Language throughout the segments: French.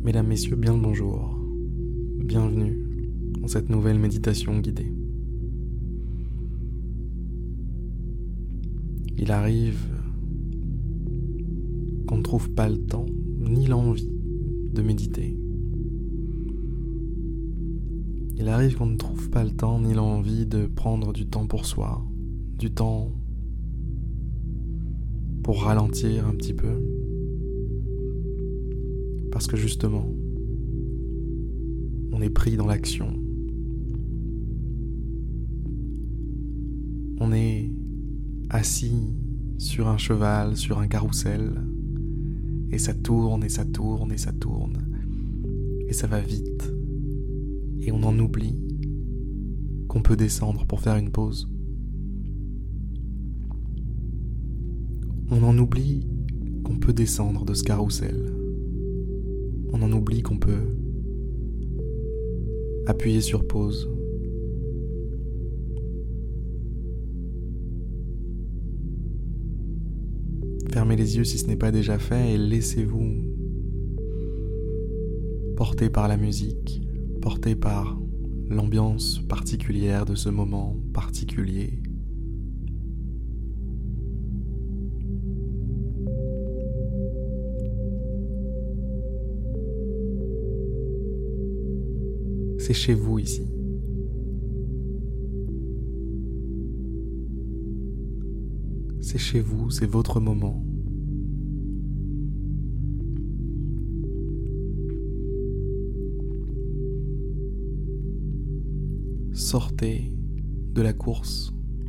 Mesdames, Messieurs, bien le bonjour. Bienvenue dans cette nouvelle méditation guidée. Il arrive qu'on ne trouve pas le temps ni l'envie de méditer. Il arrive qu'on ne trouve pas le temps ni l'envie de prendre du temps pour soi, du temps pour ralentir un petit peu. Parce que justement, on est pris dans l'action. On est assis sur un cheval, sur un carrousel, et ça tourne, et ça tourne, et ça tourne, et ça va vite. Et on en oublie qu'on peut descendre pour faire une pause. On en oublie qu'on peut descendre de ce carrousel. On en oublie qu'on peut appuyer sur pause. Fermez les yeux si ce n'est pas déjà fait et laissez-vous porter par la musique, porter par l'ambiance particulière de ce moment particulier. C'est chez vous ici. C'est chez vous, c'est votre moment. Sortez de la course.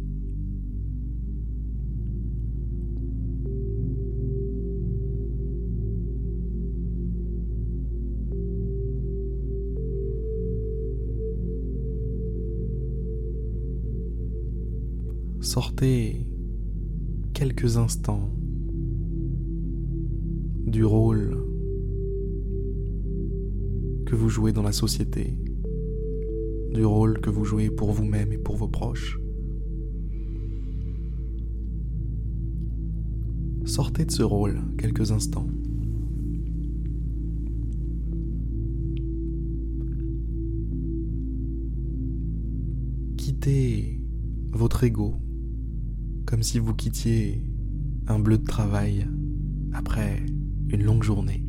Sortez quelques instants du rôle que vous jouez dans la société, du rôle que vous jouez pour vous-même et pour vos proches. Sortez de ce rôle quelques instants. Quittez votre ego comme si vous quittiez un bleu de travail après une longue journée.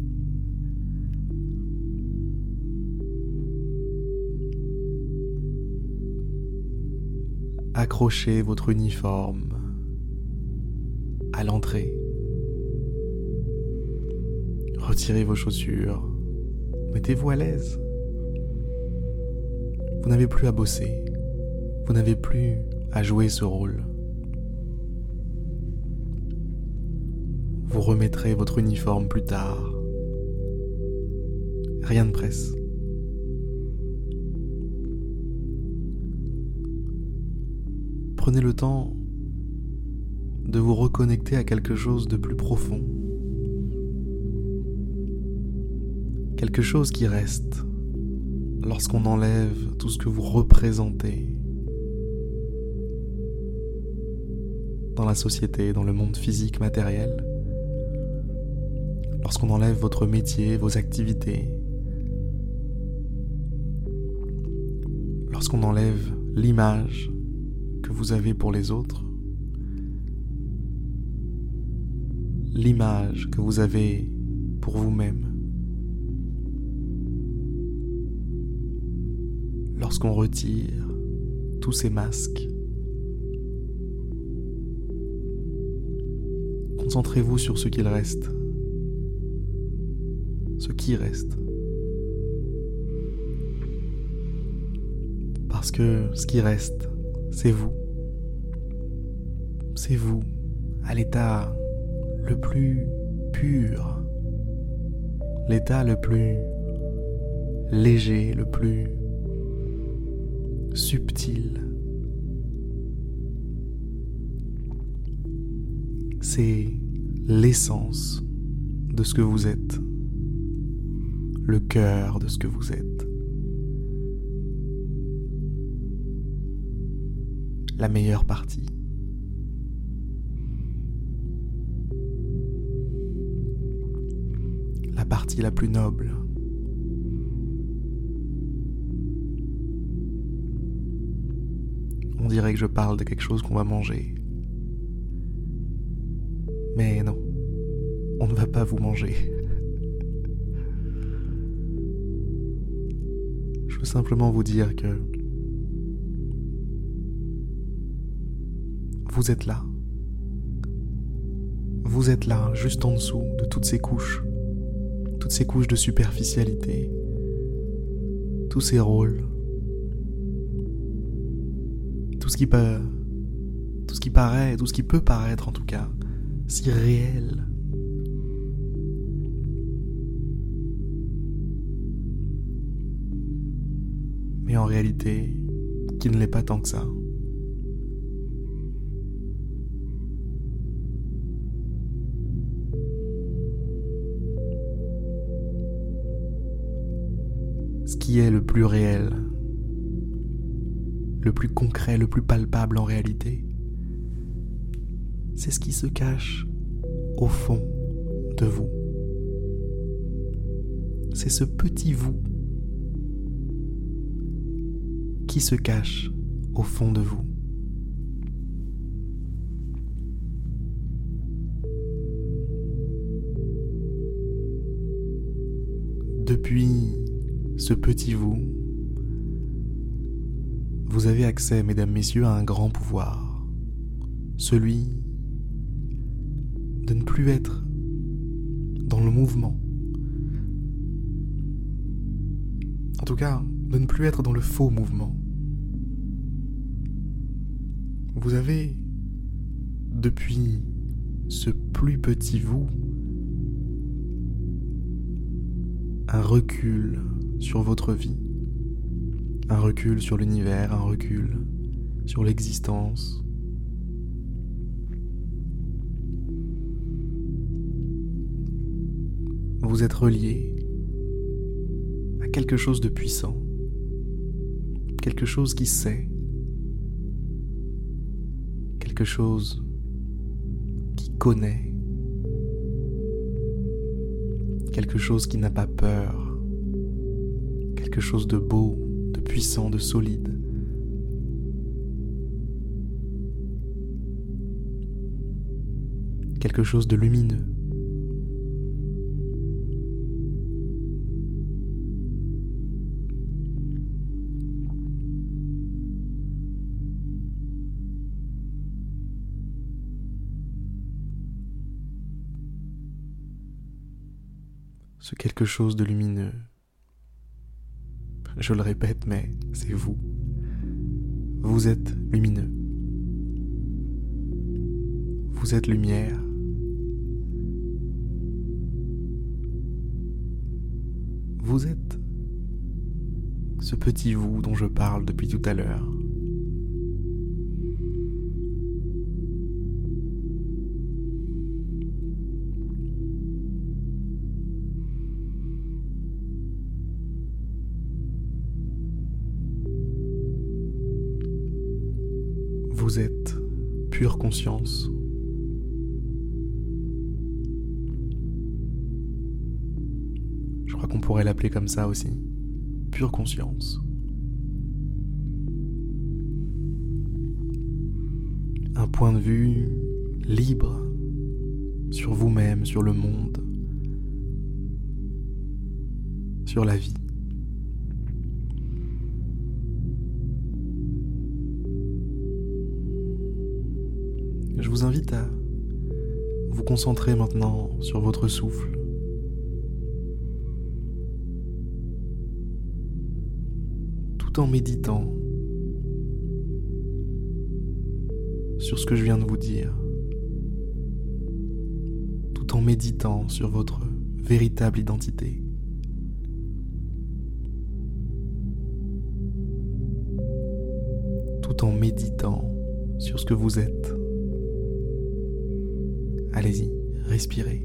Accrochez votre uniforme à l'entrée. Retirez vos chaussures. Mettez-vous à l'aise. Vous n'avez plus à bosser. Vous n'avez plus à jouer ce rôle. Vous remettrez votre uniforme plus tard. Rien ne presse. Prenez le temps de vous reconnecter à quelque chose de plus profond. Quelque chose qui reste lorsqu'on enlève tout ce que vous représentez dans la société, dans le monde physique, matériel. Lorsqu'on enlève votre métier, vos activités, lorsqu'on enlève l'image que vous avez pour les autres, l'image que vous avez pour vous-même, lorsqu'on retire tous ces masques, concentrez-vous sur ce qu'il reste. Ce qui reste. Parce que ce qui reste, c'est vous. C'est vous, à l'état le plus pur, l'état le plus léger, le plus subtil. C'est l'essence de ce que vous êtes. Le cœur de ce que vous êtes. La meilleure partie. La partie la plus noble On dirait que je parle de quelque chose qu'on va manger. Mais non, on ne va pas vous manger. Je veux simplement vous dire que vous êtes là. Vous êtes là, juste en dessous de toutes ces couches de superficialité, tous ces rôles, tout ce qui paraît, tout ce qui peut paraître en tout cas, si réel. Mais en réalité, qui ne l'est pas tant que ça. Ce qui est le plus réel, le plus concret, le plus palpable en réalité, c'est ce qui se cache au fond de vous. C'est ce petit vous qui se cache au fond de vous. Depuis ce petit vous, vous avez accès, mesdames, messieurs, à un grand pouvoir, celui de ne plus être dans le mouvement. En tout cas, de ne plus être dans le faux mouvement. Vous avez, depuis ce plus petit vous, un recul sur votre vie, un recul sur l'univers, un recul sur l'existence. Vous êtes relié à quelque chose de puissant, quelque chose qui sait, quelque chose qui connaît, quelque chose qui n'a pas peur, quelque chose de beau, de puissant, de solide. Quelque chose de lumineux. Ce quelque chose de lumineux. Je le répète, mais c'est vous. Vous êtes lumineux. Vous êtes lumière. Vous êtes ce petit vous dont je parle depuis tout à l'heure. Vous êtes pure conscience. Je crois qu'on pourrait l'appeler comme ça aussi. Pure conscience. Un point de vue libre sur vous-même, sur le monde, sur la vie. Je vous invite à vous concentrer maintenant sur votre souffle. Tout en méditant sur ce que je viens de vous dire. Tout en méditant sur votre véritable identité. Tout en méditant sur ce que vous êtes. Allez-y, respirez.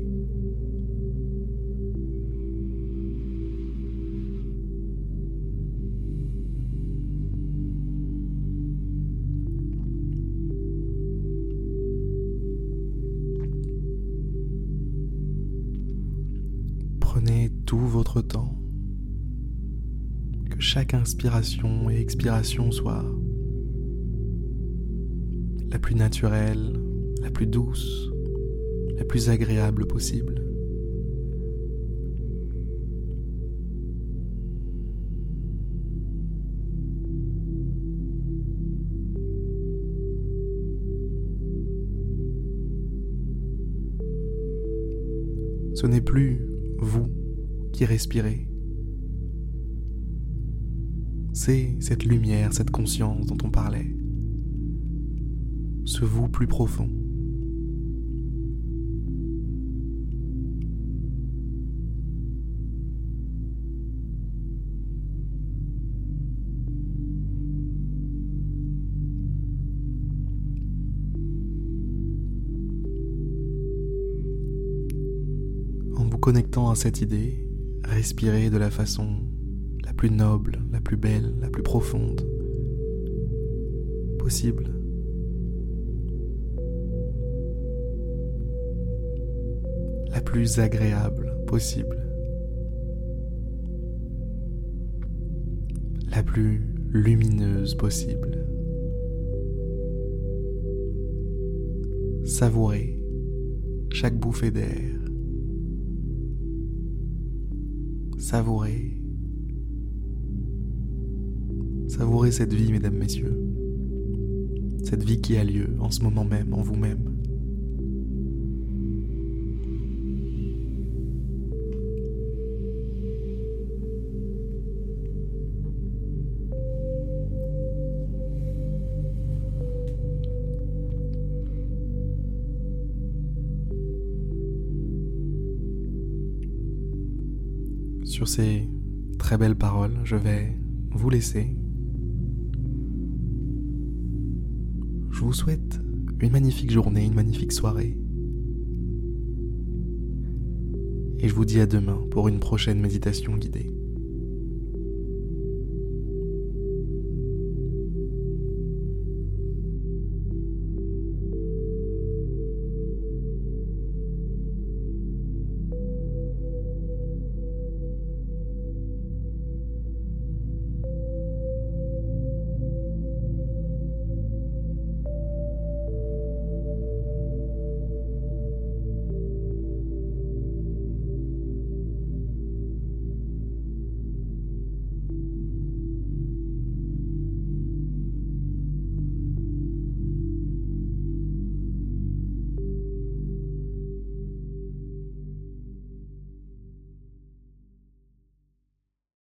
Prenez tout votre temps. Que chaque inspiration et expiration soit la plus naturelle, la plus douce, la plus agréable possible. Ce n'est plus vous qui respirez. C'est cette lumière, cette conscience dont on parlait. Ce vous plus profond. En vous connectant à cette idée, respirez de la façon la plus noble, la plus belle, la plus profonde possible. La plus agréable possible. La plus lumineuse possible. Savourez chaque bouffée d'air. Savourez cette vie, mesdames, messieurs. Cette vie qui a lieu en ce moment même, en vous-même. Sur ces très belles paroles, je vais vous laisser. Je vous souhaite une magnifique journée, une magnifique soirée. Et je vous dis à demain pour une prochaine méditation guidée.